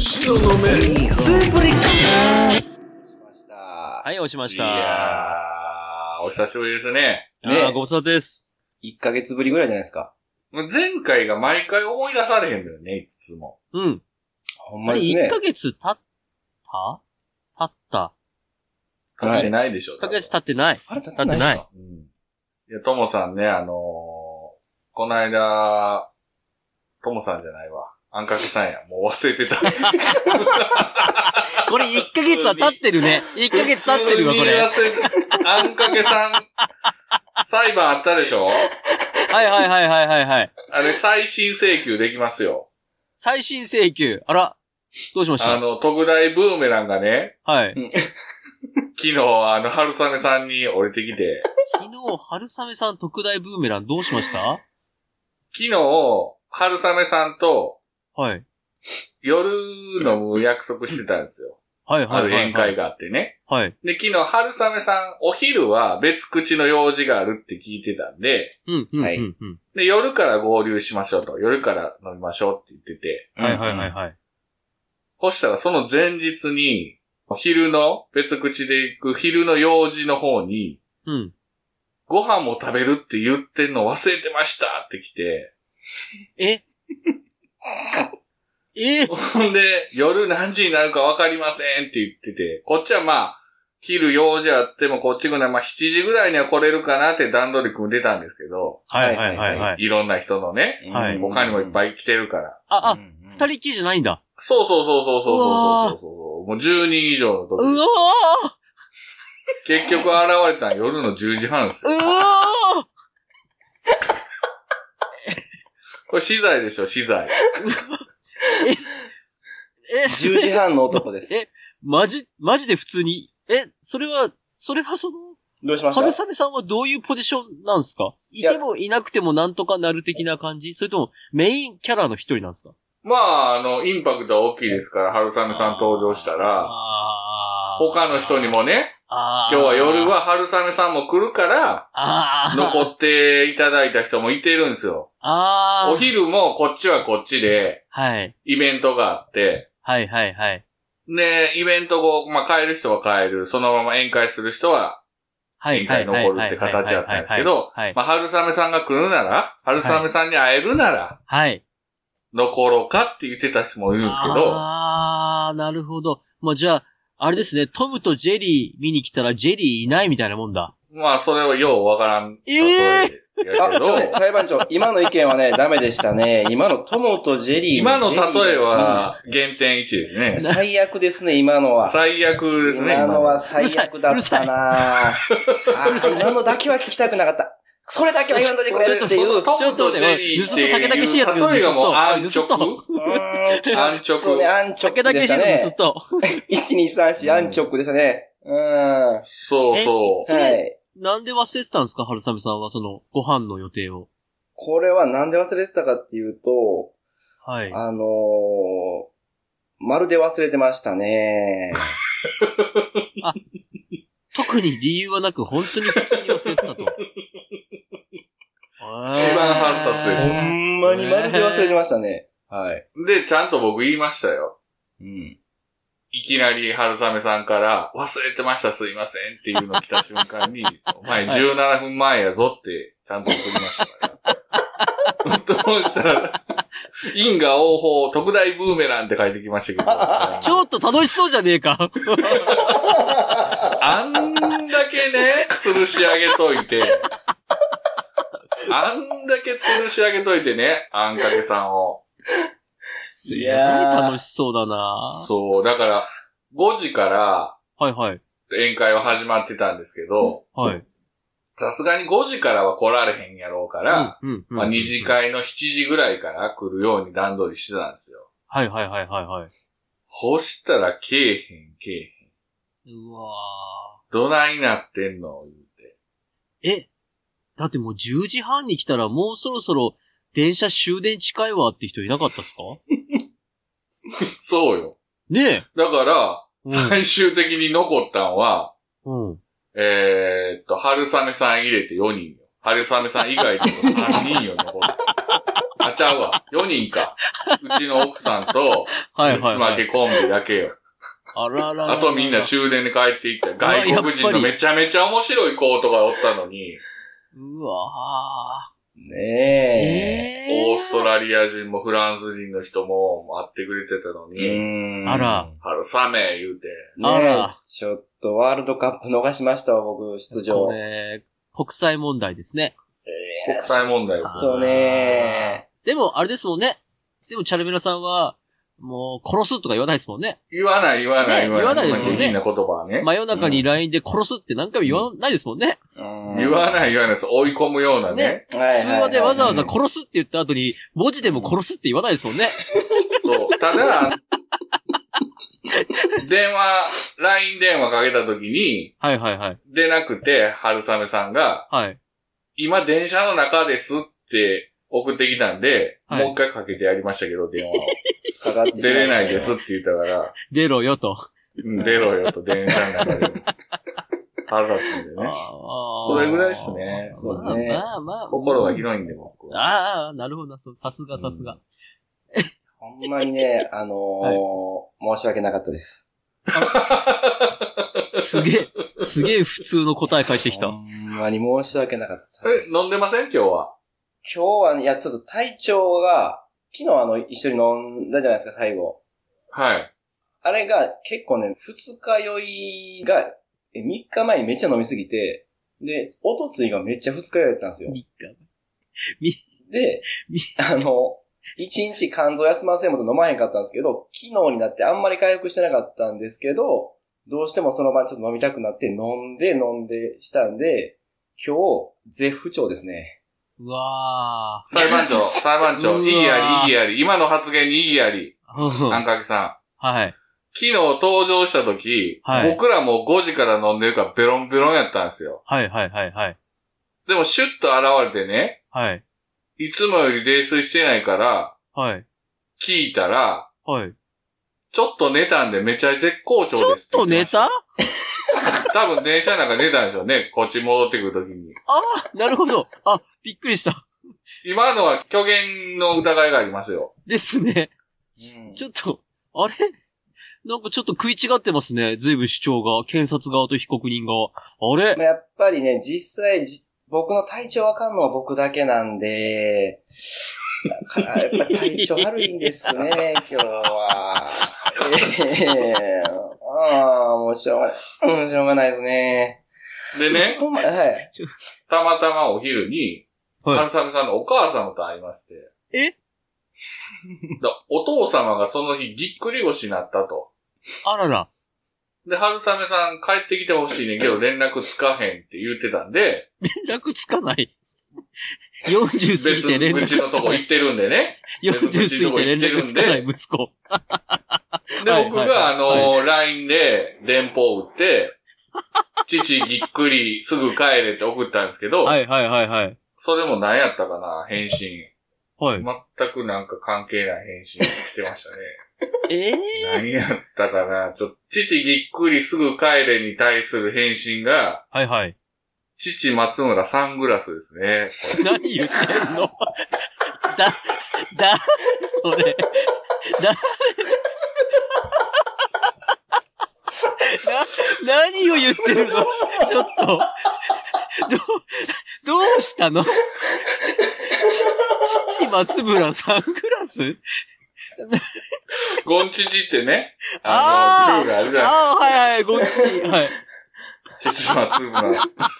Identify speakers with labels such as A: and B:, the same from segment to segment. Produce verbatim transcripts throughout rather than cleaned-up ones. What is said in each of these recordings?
A: 白の目スープリックス
B: はい、押しました。
C: いやー、お久しぶりですね。
B: ねあー、ご無沙汰です。
D: いっかげつぶりぐらいじゃないですか。
C: 前回が毎回思い出されへんのよね、いつも。
B: うん。
D: ほんまですね。
B: いっかげつ経った経った
C: 経ってないでしょ。
B: いっかげつ経ってない。
D: あれ
B: 経ってない。
C: うん。いや、ともさんね、あのー、この間、ともさんじゃないわ。あんかけさんや。もう忘れてた。
B: これいっかげつは経ってるね。いっかげつ経ってるわ、これ。
C: あんかけさん、裁判あったでしょ？
B: はいはいはいはいはいはい。
C: あれ、再審請求できますよ。
B: 再審請求。あら。どうしました？
C: あの、特大ブーメランがね。
B: はい。
C: 昨日、あの、春雨さんに降りてきて。
B: 昨日、春雨さん特大ブーメランどうしました？
C: 昨日、春雨さんと、
B: はい。
C: 夜飲む約束してたんですよ。
B: はいはいはい、はい。
C: ある宴会があってね。
B: はい。
C: で、昨日、春雨さん、お昼は別口の用事があるって聞いてたんで、
B: うん、うん、
D: はい。
B: うん。
C: で、夜から合流しましょうと。夜から飲みましょうって言ってて。
B: はいはいはいはい。
C: そしたら、その前日に、昼の、別口で行く昼の用事の方に、
B: うん。
C: ご飯も食べるって言ってんの忘れてましたって来て。
B: ええ
C: ほんで、夜何時になるか分かりませんって言ってて、こっちはまあ、昼用事あってもこっちぐらい、まあしちじぐらいには来れるかなって段取り組んでたんですけど。
B: はいはいはいはい。
C: いろんな人のね。
B: はい。
C: 他にもいっぱい来てるから。
B: あ、あ、二人きりじゃないんだ。
C: そうそうそうそうそうそうそう。もうじゅうにん以上の時。
B: うわ
C: ー結局現れたの夜のじゅうじはんですよ。
B: うわー
C: これ資材でしょ、資材。
B: え、え、
D: じゅうじはんの男です。
B: え、マジ、マジで普通に、え、それは、それはその、
D: どうしました？
B: 春雨さんはどういうポジションなんですか？いてもいなくてもなんとかなる的な感じ？それともメインキャラの一人なんですか？
C: まあ、あの、インパクトは大きいですから、春雨さん登場したら、他の人にもね、今日は夜は春雨さんも来るから、残っていただいた人もいてるんですよ。お昼もこっちはこっちで、
B: はい。
C: イベントがあって、
B: はいはいはい。
C: で、イベント後、まあ帰る人は帰る、そのまま宴会する人は、宴会残るって形だったんですけど、まあ春雨さんが来るなら、春雨さんに会えるなら、
B: はい。
C: 残ろうかって言ってた人もいるんですけど。
B: ああ、なるほど。まあじゃあ、あれですね、トムとジェリー見に来たらジェリーいないみたいなもんだ。
C: まあ、それはようわからん。
B: ええ
C: ー、
D: あ、ちょっと裁判長、今の意見はね、ダメでしたね。今のトムとジェリー。
C: 今の例えは、減点いちですね。
D: 最悪ですね、今のは。
C: 最悪ですね。
D: 今のは最悪だったなぁ。今のだけは聞きたくなかった。それだけは言わんといてくれっていう。
C: トムとジェリーっていう例えがもう安直。安直。
D: ね、安直でしたね。
B: ずっと。
D: いち、に、さん、よん、安直でしたね。うん。
C: そうそう。
B: それ、なんで忘れてたんですか、春雨さんは、その、ご飯の予定を。
D: これはなんで忘れてたかっていうと、
B: はい。
D: あのー、まるで忘れてましたね。
B: あ、特に理由はなく、本当に普通に忘れてたと。
C: 一番腹立つでしょ。
D: ほんまにまるで忘れてましたね。はい。
C: で、ちゃんと僕言いましたよ。
D: うん。
C: いきなり春雨さんから、忘れてましたすいませんっていうの来た瞬間に、お前じゅうななふんまえやぞってちゃんと送りましたから。どうしたら、因果応報特大ブーメランって書いてきましたけど。
B: ちょっと楽しそうじゃねえか。
C: あんだけね、吊るし上げといて、あんだけ吊るし上げといてね、あんかけさんを。
B: すごい楽しそうだな。
C: そう、だから、ごじから、
B: はいはい。
C: 宴会は始まってたんですけど、
B: はい。
C: さすがにごじからは来られへんやろうから、
B: うんうんうん、
C: まあ、二次会のしちじぐらいから来るように段取りしてたんですよ。
B: はいはいはいはいはい。
C: ほしたらけえへんけえへん。
B: うわ
C: ー。どないなってんの言うて。
B: え、だってもうじゅうじはんに来たらもうそろそろ電車終電近いわって人いなかったっすか？
C: そうよ。
B: ねえ。
C: だから、最終的に残ったんは、
B: うん、
C: えーっと、春雨さん入れてよにんよ。春雨さん以外でもさんにんよ、残った。 あ、ちゃうわ。よにんか。うちの奥さんと、
B: はいはい、はい。
C: つまけコンビだけよ。
B: あららら。
C: あとみんな終電で帰っていった。外国人のめちゃめちゃ面白い子とかおったのに。
B: うわ
D: ぁ。ね
C: え。オーストラリア人もフランス人の人も会ってくれてたのに。
B: うん。あら。
C: 春雨言うて。
D: ねあら。ちょっとワールドカップ逃しましたわ、僕、出場。
B: これ、国際問題ですね。
C: えー、国際問題です
D: よね。
B: でも、あれですもんね。でも、チャルメラさんは、もう、殺すとか言わないですもんね。
C: 言わない、言わない、
B: 言わない。言わないですもんね。
C: 下品な言葉はね。
B: 真夜中に ライン で殺すって何回も言わないですもんね。
C: うん、言わない、言わないです。追い込むようなね。
B: ね。通話でわざわざ殺すって言った後に、文字でも殺すって言わないですもんね。
C: そう。ただ、電話、ライン 電話かけた時に、
B: はいはいはい。
C: 出なくて、春雨さんが、
B: はい。
C: 今電車の中ですって送ってきたんで、はい、もう一回かけてやりましたけど、電話を。かかって出れないですって言ったから。
B: 出ろよと。
C: うん、出ろよと、電車の中で。腹立つんでね。それぐらいですね。
D: そうね。
B: まあまあ。
C: 心が広いんで、僕は。
B: ああ、なるほど。さすがさすが。
D: ほんまにね、あのーはい、申し訳なかったです。
B: すげえ、すげえ普通の答え返ってきた。
D: ほんまに申し訳なかった
C: です。え、飲んでません今日は。
D: 今日はね、いや、ちょっと体調が、昨日あの、一緒に飲んだじゃないですか、最後。
C: はい。
D: あれが結構ね、二日酔いが、え、三日前にめっちゃ飲みすぎて、で、おとついがめっちゃ二日酔いだったんですよ。
B: 三日み
D: で、あの、一日肝臓休ませんもと飲まへんかったんですけど、昨日になってあんまり回復してなかったんですけど、どうしてもその晩ちょっと飲みたくなって飲んで飲んでしたんで、今日、絶不調ですね。
B: うわ
C: ー。裁判長、裁判長、意義あり、意義あり。今の発言に意義あり。あんかけさ
B: ん。はい。
C: 昨日登場した時、はい、僕らもごじから飲んでるからベロンベロンやったんですよ。
B: はいはいはいはい。
C: でもシュッと現れてね。
B: はい。
C: いつもより泥酔してないから、
B: はい。
C: 聞いたら、
B: はい。
C: ちょっと寝たんでめちゃ絶好調です
B: ちょっと寝た
C: 多分電車の中寝たんでしょうね。こっち戻ってくるときに。
B: ああ、なるほど。あ、びっくりした。
C: 今のは虚言の疑いがありますよ。
B: ですね。
D: うん、
B: ちょっと、あれなんかちょっと食い違ってますね。随分主張が、検察側と被告人側。あれ
D: やっぱりね、実際じ、僕の体調わかんのは僕だけなんで、だからやっぱ体調悪いんですね、今日は。ええー、ああ、もうしょうがない。うん、しょうがないですね。
C: でね、
D: はい、
C: たまたまお昼に、はい、春雨さんのお母様と会いまして。
B: え
C: だお父様がその日ぎっくり腰になったと。
B: あらら。
C: で、春雨さん帰ってきてほしいねんけど連絡つかへんって言ってたんで。
B: 連絡つかないよんじゅう過ぎて連絡つかない。
C: 別のとこ行ってるんでね。
B: よんじゅう過ぎて連絡つかない息子。
C: で、僕があの、ライン で電報を打って、父ぎっくりすぐ帰れって送ったんですけど。
B: はいはいはいはい。
C: それも何やったかな、返信。
B: はい。
C: 全くなんか関係ない返信来てましたね。
B: ええー、
C: 何やったかな、ちょっと、父ぎっくりすぐ帰れに対する返信が、
B: はいはい。
C: 父松村サングラスですね。
B: 何言ってんのだ、だ、それ、だ、な、何を言ってるのちょっと、ど、どうしたの父松村サングラス
C: ゴンチチってね、あの、プーがあるじゃん。
B: ああ、はいはい、ゴンチチ、はい。
C: 父松村。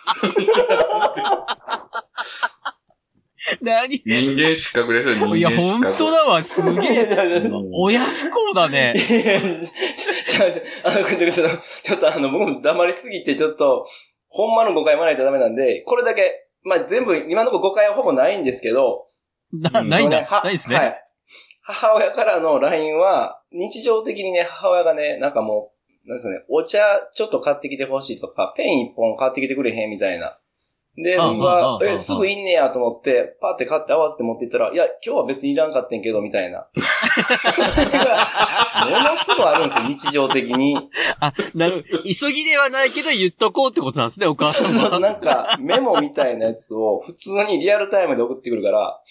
B: 何
C: 人間失格ですよ、人間失格。
B: いや、ほんとだわ、すげえ。親不孝だね。
D: あの、ちょっと、ちょっとあの、僕も黙りすぎて、ちょっと、ほんまの誤解言わないとダメなんで、これだけ、まあ、全部、今のところ誤解はほぼないんですけど、
B: な、ないんだ。ないですね。はい。
D: 母親からの ライン は、日常的にね、母親がね、なんかもう、なんですかね、お茶ちょっと買ってきてほしいとか、ペン一本買ってきてくれへんみたいな。で、僕は、え、すぐいんねやと思って、パーって買って合わせて持っていったら、いや、今日は別にいらんかってんけど、みたいな。それが、ものすごいあるんですよ、日常的に。
B: あ、なるほど。急ぎではないけど言っとこうってことなんですね、お母さんは。
D: そうそう、なんか、メモみたいなやつを普通にリアルタイムで送ってくるから、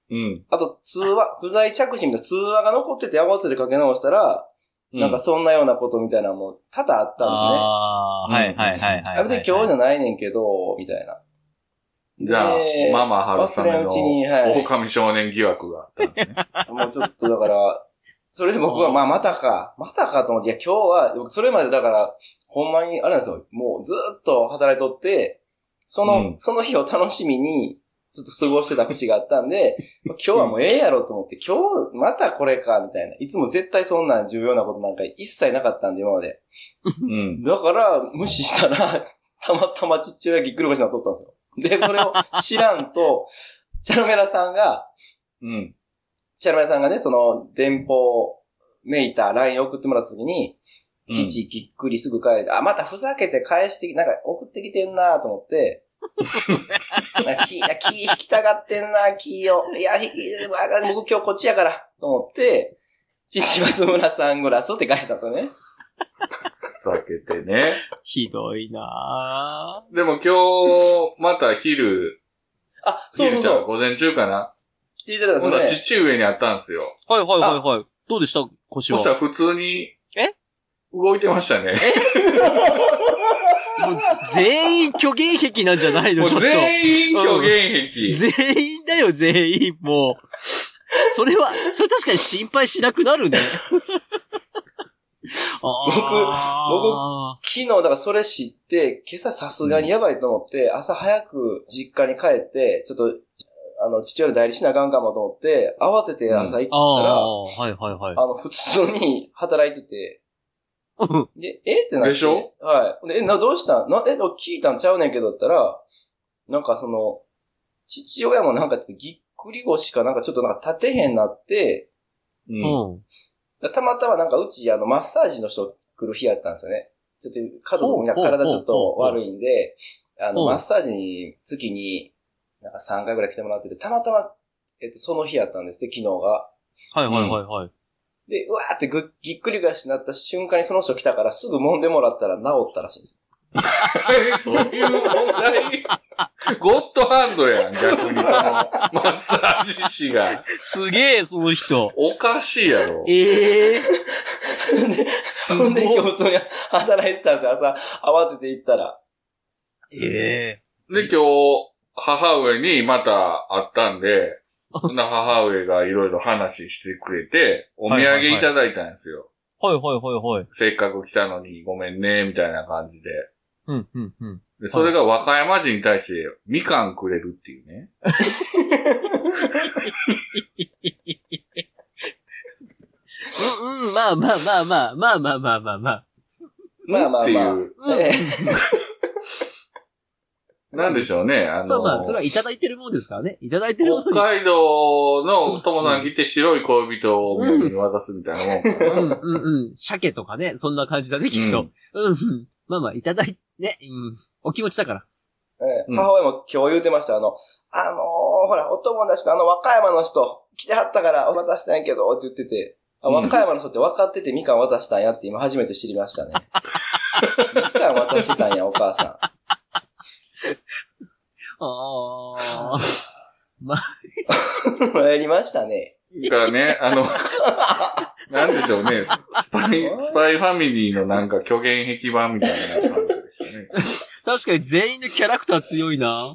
C: うん。
D: あと、通話、不在着信の通話が残ってて慌ててかけ直したら、うん、なんかそんなようなことみたいなのも多々あったんですね。あ
B: あ、うん、はいはいはいはい。
D: あれで今日じゃないねんけど、みたいな。
C: じゃあ、ママ春雨の狼少年疑惑があったんですね。
D: もうちょっとだから、それで僕は、まあまたか、またかと思って、いや今日は、それまでだから、ほんまに、あれなんですよ、もうずっと働いとって、その、うん、その日を楽しみに、ずっと過ごしてた節があったんで、今日はもうええやろと思って、今日またこれか、みたいな。いつも絶対そんな重要なことなんか一切なかったんで、今まで。うん、だから、無視したら、たまたまちっちゃいぎっくり腰になっとったんですよ。で、それを知らんと、チャルメラさんが、うん。チャルメラさんがね、その、電報めいた ライン 送ってもらった時に、父ぎっくりすぐ帰って、あ、またふざけて返してき、なんか送ってきてんなと思って、キー、キー引きたがってんな、キーを。いや、引き、僕今日こっちやから、と思って、父松村サングラスって返したんですよね。
C: ふざけてね。
B: ひどいな
C: ぁ。でも今日、また昼、
D: あ、そうそうそう。
C: 午前中かな。
D: 来ていただいたんですね。
C: 今度は父上にあったんですよ。
B: はいはいはいはい。どうでした腰は。
C: そしたら普通に、
B: え
C: 動いてましたね。
B: もう全員虚言癖なんじゃないの？
C: もう全員虚言癖、
B: うん。全員だよ、全員。もう。それは、それ確かに心配しなくなるね。
D: 僕、僕、昨日、だからそれ知って、今朝さすがにやばいと思って、朝早く実家に帰って、ちょっと、あの、父親の代理しなあかんかもと思って、慌てて朝行ったら、うん、
B: あはいはいはい。
D: あの、普通に働いてて、で、えってなって。
C: でしょ？
D: はい。で、え、な、どうしたんな、え、聞いたんちゃうねんけどったら、なんかその、父親もなんかちょっとぎっくり腰かなんかちょっとなんか立てへんなって、うん。たまたまなんかうち、あの、マッサージの人来る日やったんですよね。ちょっと家族みんな体ちょっと悪いんで、あの、マッサージに月になんかさんかいぐらい来てもらってて、たまたま、えっと、その日やったんですって、昨日が。
B: はいはいはいはい。うん
D: で、うわーってぐぎっくり腰になった瞬間にその人来たからすぐ揉んでもらったら治ったらしいんです
C: よ。そういう問題ゴッドハンドやん、逆にそのマッサージ師が。
B: すげえ、その人。
C: おかしいやろ。
B: ええ
D: ー。で、そんで今日普通に働いてたんですよ、朝慌てて行ったら。
B: ええ
C: ー。で、今日、母上にまた会ったんで、そんな母上がいろいろ話してくれて、お土産いただいたんですよ。
B: はいはいはいはい。
C: せっかく来たのにごめんね、みたいな感じで。
B: うんうんうん。
C: で、それが和歌山人に対してみかんくれるっていうね。
B: うんうん、まあまあまあまあ、まあまあまあまあまあ。
D: まあまあまあ。っていう。
C: なんでしょうね。あのー、
B: そう、まあ、それはいただいてるもんですからね。いただいてるもん。
C: 北海道の友さん来て白い恋人をお土産に渡すみたいなもんかな。
B: うんうんうん。鮭とかね、そんな感じだね、きっと。うん、うん。まあまあ、いただいて、ね、うん。お気持ちだから。
D: ええ、母親も今日言うてました。あの、あのー、ほら、お友達とあの和歌山の人来てはったから渡したんやけど、って言ってて、あ、和歌山の人って分かっててみかん渡したんやって今初めて知りましたね。みかん渡してたんや、お母さん。
B: ああ。ま
D: あ。やりましたね。
C: だからね、あの、なんでしょうね、スパイ、スパイファミリーのなんか虚言癖版みたいな感じでしたね。
B: 確かに全員のキャラクター強いな。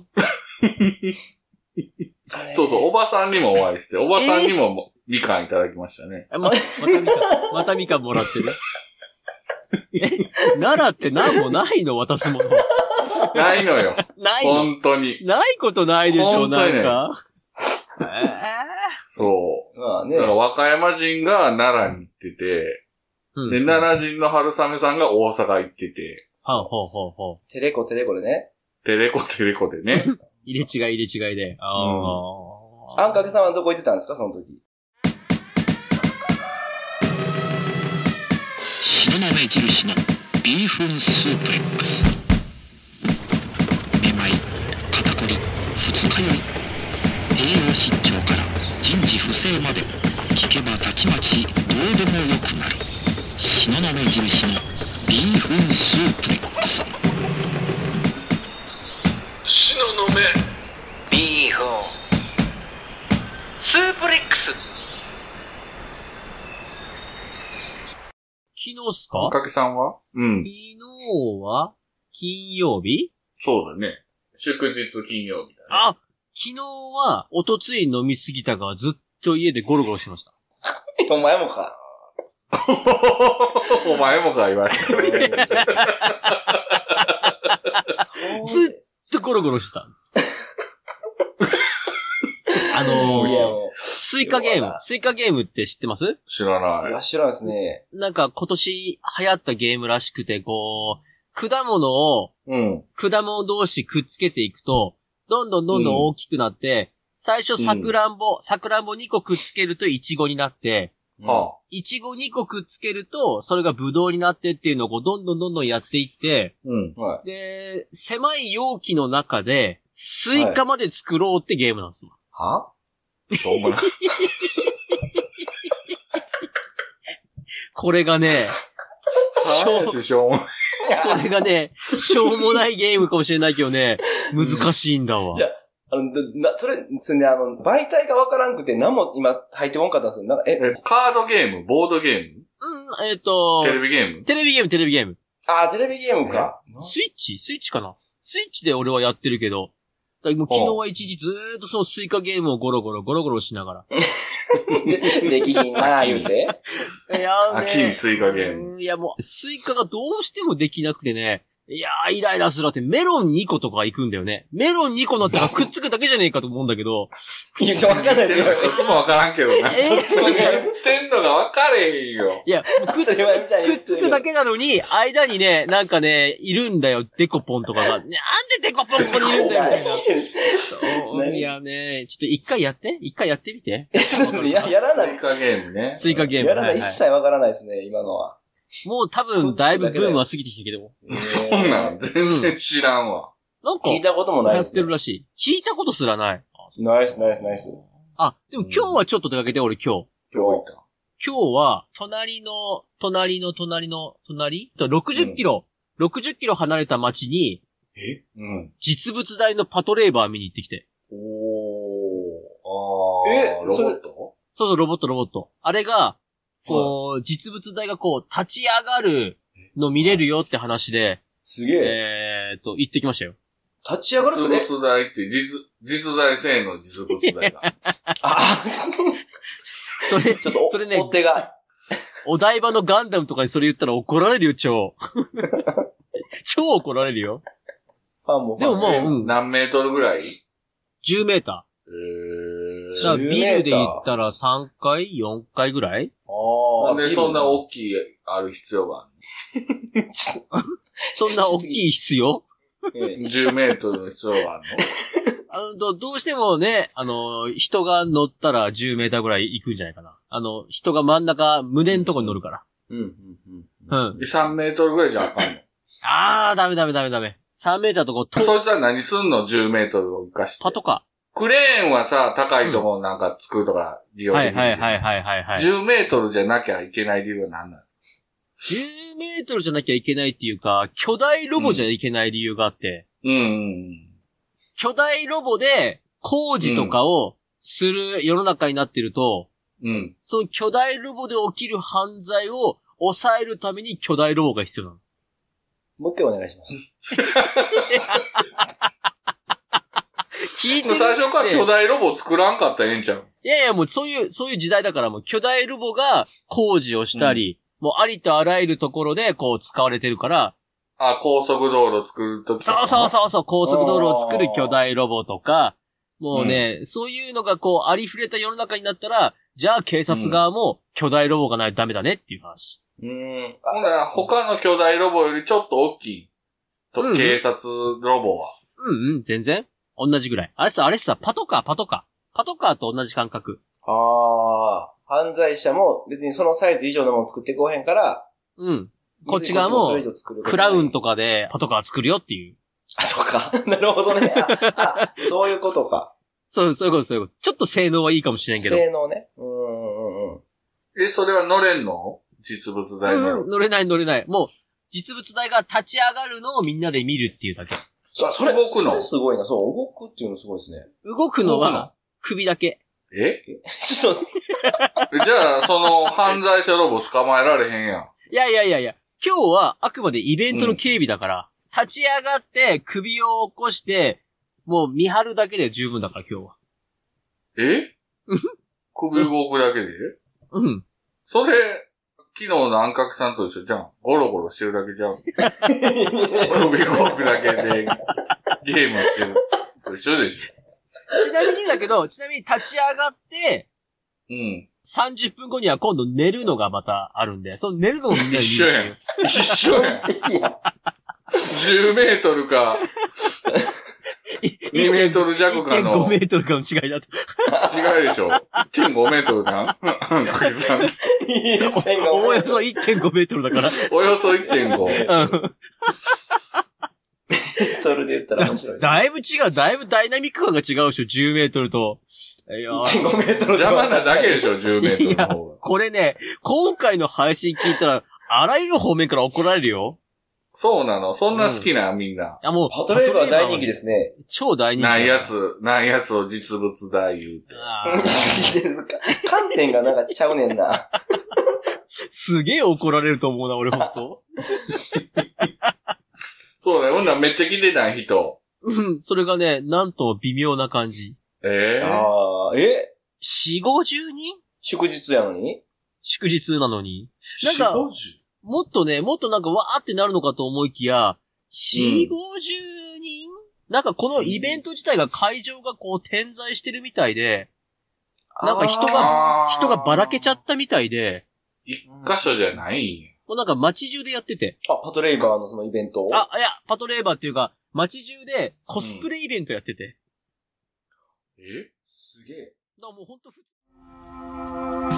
C: そうそう、おばさんにもお会いして、おばさんにもみかんいただきましたね。
B: えー、ま、またみかん、またみかんもらってる。え、奈良って何もないの渡すもの。
C: ないのよ。
B: ないの
C: 本当に。
B: ないことないでしょ、
C: ね、
B: なんか。えー、
C: そう。まあね。だから和歌山人が奈良に行ってて、うん、で、奈良人の春雨さんが大阪行ってて。
B: はあ、ほうほうほう。
D: テレコテレコでね。
C: テレコテレコでね。
B: 入れ違い入れ違いで。ああ、
D: うん。あんかけさんはどこ行ってたんですか、その時。
E: 東雲印のビーフンスープレックス。めまい、肩こり、二日酔い、栄養失調から人事不正まで聞けばたちまちどうでもよくなる東雲印のビーフンスープレックス。
A: 東雲ビーフンス
B: 日っすか？
C: おかけさんはうん。
B: 昨日は金曜日？
C: そうだね。祝日金曜日だね。
B: あ、昨日は、おとつい飲みすぎたがずっと家でゴロゴロしてました。
D: お前もか。
C: お前もか言われてる。
B: ずっとゴロゴロした。あのー、スイカゲーム、スイカゲームって知ってます？
C: 知らない。
D: いや、知らないですね。
B: なんか今年流行ったゲームらしくて、こう、果物を、
D: うん。
B: 果物同士くっつけていくと、どんどんどんどん大きくなって、うん、最初サクランボ、サクランボにこくっつけるとイチゴになって、イチゴにこくっつけると、それがブドウになってっていうのをこうどんどんどんどんやっていって、
D: うんはい、
B: で、狭い容器の中で、スイカまで作ろうってゲームなんですよ。
D: は
C: しょうもない。
B: これがね、
C: しょう、しょうもない。
B: これがね、しょうもないゲームかもしれないけどね、難しいんだわ。
D: いや、あの、な、それ、それね、あの、媒体がわからんくて何も今入ってこんかったんですよ。なんか、え、
C: えカードゲームボードゲーム
B: うん、えっ、ー、と、
C: テレビゲーム
B: テレビゲーム、テレビゲーム。
D: あー、テレビゲームか。
B: スイッチスイッチかなスイッチで俺はやってるけど、もう昨日は一時ずーっとそのスイカゲームをゴロゴロゴロゴロしながら。
D: で、できひんなー言うて。
B: いやーね。
C: 秋にスイカゲーム。
B: いやもう、スイカがどうしてもできなくてね。いやー、イライラするわって、メロンにことか行くんだよね。メロンにこなったらくっつくだけじゃねえかと思うんだけど。
D: いや、わかんないですよ。
C: そっちもわからんけどな。
B: えー、
C: そっちも言ってんのがわかれへんよ。
B: いや、くっつく、くっつくだけなのに、間にね、なんかね、いるんだよ、デコポンとかが。なんでデコポンここにいるんだよ、みたいな。そう、いやね、ちょっと一回やって一回やってみて。
D: や、やらない。
C: スイカゲームね。
B: スイカゲーム。
D: やらない、一切わからないですね、今のは。
B: もう多分、だいぶブームは過ぎてきたけど。
C: そんなん、全然知らんわ。
B: なんか、
D: 聞いたこともないです、
B: ね。やってるらしい。聞いたことすらない。
D: ナイス、ナイス、ナイス。
B: あ、でも今日はちょっと出かけて、俺今日。
C: 今日行った。
B: 今日は、隣の、隣の、隣の、隣ろくじゅっキロ、うん、ろくじゅっキロ離れた町に、
C: えうん。
B: 実物大のパトレーバー見に行ってきて。
C: おー。あー。えロボット？
B: そうそう、ロボット、ロボット。あれが、こう、実物大がこう、立ち上がるの見れるよって話で、
D: すげえ。
B: えーっと、行ってきましたよ。
D: 立ち上がる
C: 実物大って実、実在性の実物大が。
D: あ
B: それ、
D: ちょっと、
B: それね、
D: お手が。
B: お台場のガンダムとかにそれ言ったら怒られるよ、超。超怒られるよ。
D: ファンもファンも。
B: でももう、うん、
C: 何メートルぐらい ?じゅう
B: メーター。
C: へー。
B: じゃあビルで言ったらさんかい ?よん 階ぐらい？
C: ああ。なんでそんな大きいある必要がある
B: のそんな大きい必要
C: じゅうメートルの必要がある
B: のあのど、どうしてもね、あの、人が乗ったらじゅうメーターぐらい行くんじゃないかな。あの、人が真ん中、胸のとこに乗るから。
D: うん、うん、
B: うん。うん。
C: で、さんメートルぐらいじゃあかんの
B: あー、ダメダメダメダメ。さんメーターとこ、
C: そいつは何すんの ?じゅうメートルを生かして。
B: パトカー。
C: クレーンはさ、高いところなんか作るとか利用できる、
B: はいはいはいはいはい、はい。
C: じゅうメートルじゃなきゃいけない理由は何なの？
B: じゅうメートルじゃなきゃいけないっていうか、巨大ロボじゃいけない理由があって。
C: うん。うん、
B: 巨大ロボで工事とかをする世の中になってると、
C: うん。
B: その巨大ロボで起きる犯罪を抑えるために巨大ロボが必要なの。
D: もう一回お願いします。
B: 聞いてる
C: 最初から巨大ロボ作らんかったらええんちゃう？
B: いやいや、もうそういう、そういう時代だからもう巨大ロボが工事をしたり、うん、もうありとあらゆるところでこう使われてるから、
C: あ、高速道路作るとき。
B: そうそうそうそう、高速道路を作る巨大ロボとか、もうね、うん、そういうのがこうありふれた世の中になったら、じゃあ警察側も巨大ロボがないとダメだねっていう話。
C: うん。ほら、他の巨大ロボよりちょっと大きいと、うん、警察ロボは。
B: うんうん、全然。同じぐらい。あれさ、あれさ、パトカー、パトカー。パトカーと同じ感覚。
D: ああ、犯罪者も別にそのサイズ以上のものを作ってこへんから、
B: うん。こっち側も、クラウンとかでパトカー作るよっていう。
D: あ、そうか。なるほどね。ああ、そういうことか。
B: そう、そういうこと、そういうこと。ちょっと性能はいいかもしれんけど。
D: 性能ね。うんうんうん。
C: え、それは乗れんの？実物大の。
B: うん、乗れない乗れない。もう、実物大が立ち上がるのをみんなで見るっていうだけ。
D: そそれ、動くの？それすごいな。そう、動くっていうのすごいですね。
B: 動くのは、首だけ。
C: え
D: ちょっと。
C: じゃあ、その、犯罪者ロボ捕まえられへんやん。
B: いいやいやいやいや、今日はあくまでイベントの警備だから、うん、立ち上がって首を起こして、もう見張るだけで十分だから今日は。
C: え首動くだけで
B: うん。
C: それ、昨日の安角さんと一緒じゃん。ゴロゴロしてるだけじゃん。首動くだけでゲームしてる。一緒でしょ。
B: ちなみにだけど、ちなみに立ち上がって、
C: うん。
B: さんじゅっぷんごには今度寝るのがまたあるんで、その寝るのもみんなに
C: 一緒やん。一緒やん。じゅうメートルか、にメートル弱かの。いってん
B: ごメートルかの違いだと。
C: 違いでしょ。いってんごメートルなん
B: およそ いってんごメートルだから。
C: およそ いってんご。うん。
D: メートルで言ったら面白い。
B: だいぶ違う、だいぶダイナミック感が違うでしょ、じゅうメートルと。
D: いやー。いってんごメートル。
C: 邪魔なだけでしょ、じゅうメートルの方が。
B: これね、今回の配信聞いたら、あらゆる方面から怒られるよ。
C: そうなの。そんな好きな、うん、みんな。
B: あ、もう。
D: パトレーバー大人気ですね。
B: 超大人気。
C: ないやつ、ないやつを実物大言うて。
D: 観点がなんかちゃうねんな。
B: すげえ怒られると思うな、俺ほんと。
C: そうね。ほんならめっちゃ来てたん、人。
B: うん、それがね、なんと微妙な感じ。
C: ええー。
D: ああ、え
B: 四五十人
D: 祝日やのに
B: 祝日なのに。なんか、もっとね、もっとなんかわーってなるのかと思いきや、四五十人、なんかこのイベント自体が会場がこう点在してるみたいで、なんか人が、人がばらけちゃったみたいで。
C: 一箇所じゃない
B: もうなんか街中でやってて。
D: あ、パトレイバーのそのイベント
B: あ、いや、パトレーバーっていうか、街中でコスプレイベントやってて。
C: うん、え
D: すげえ。
B: だからもうほんと普通。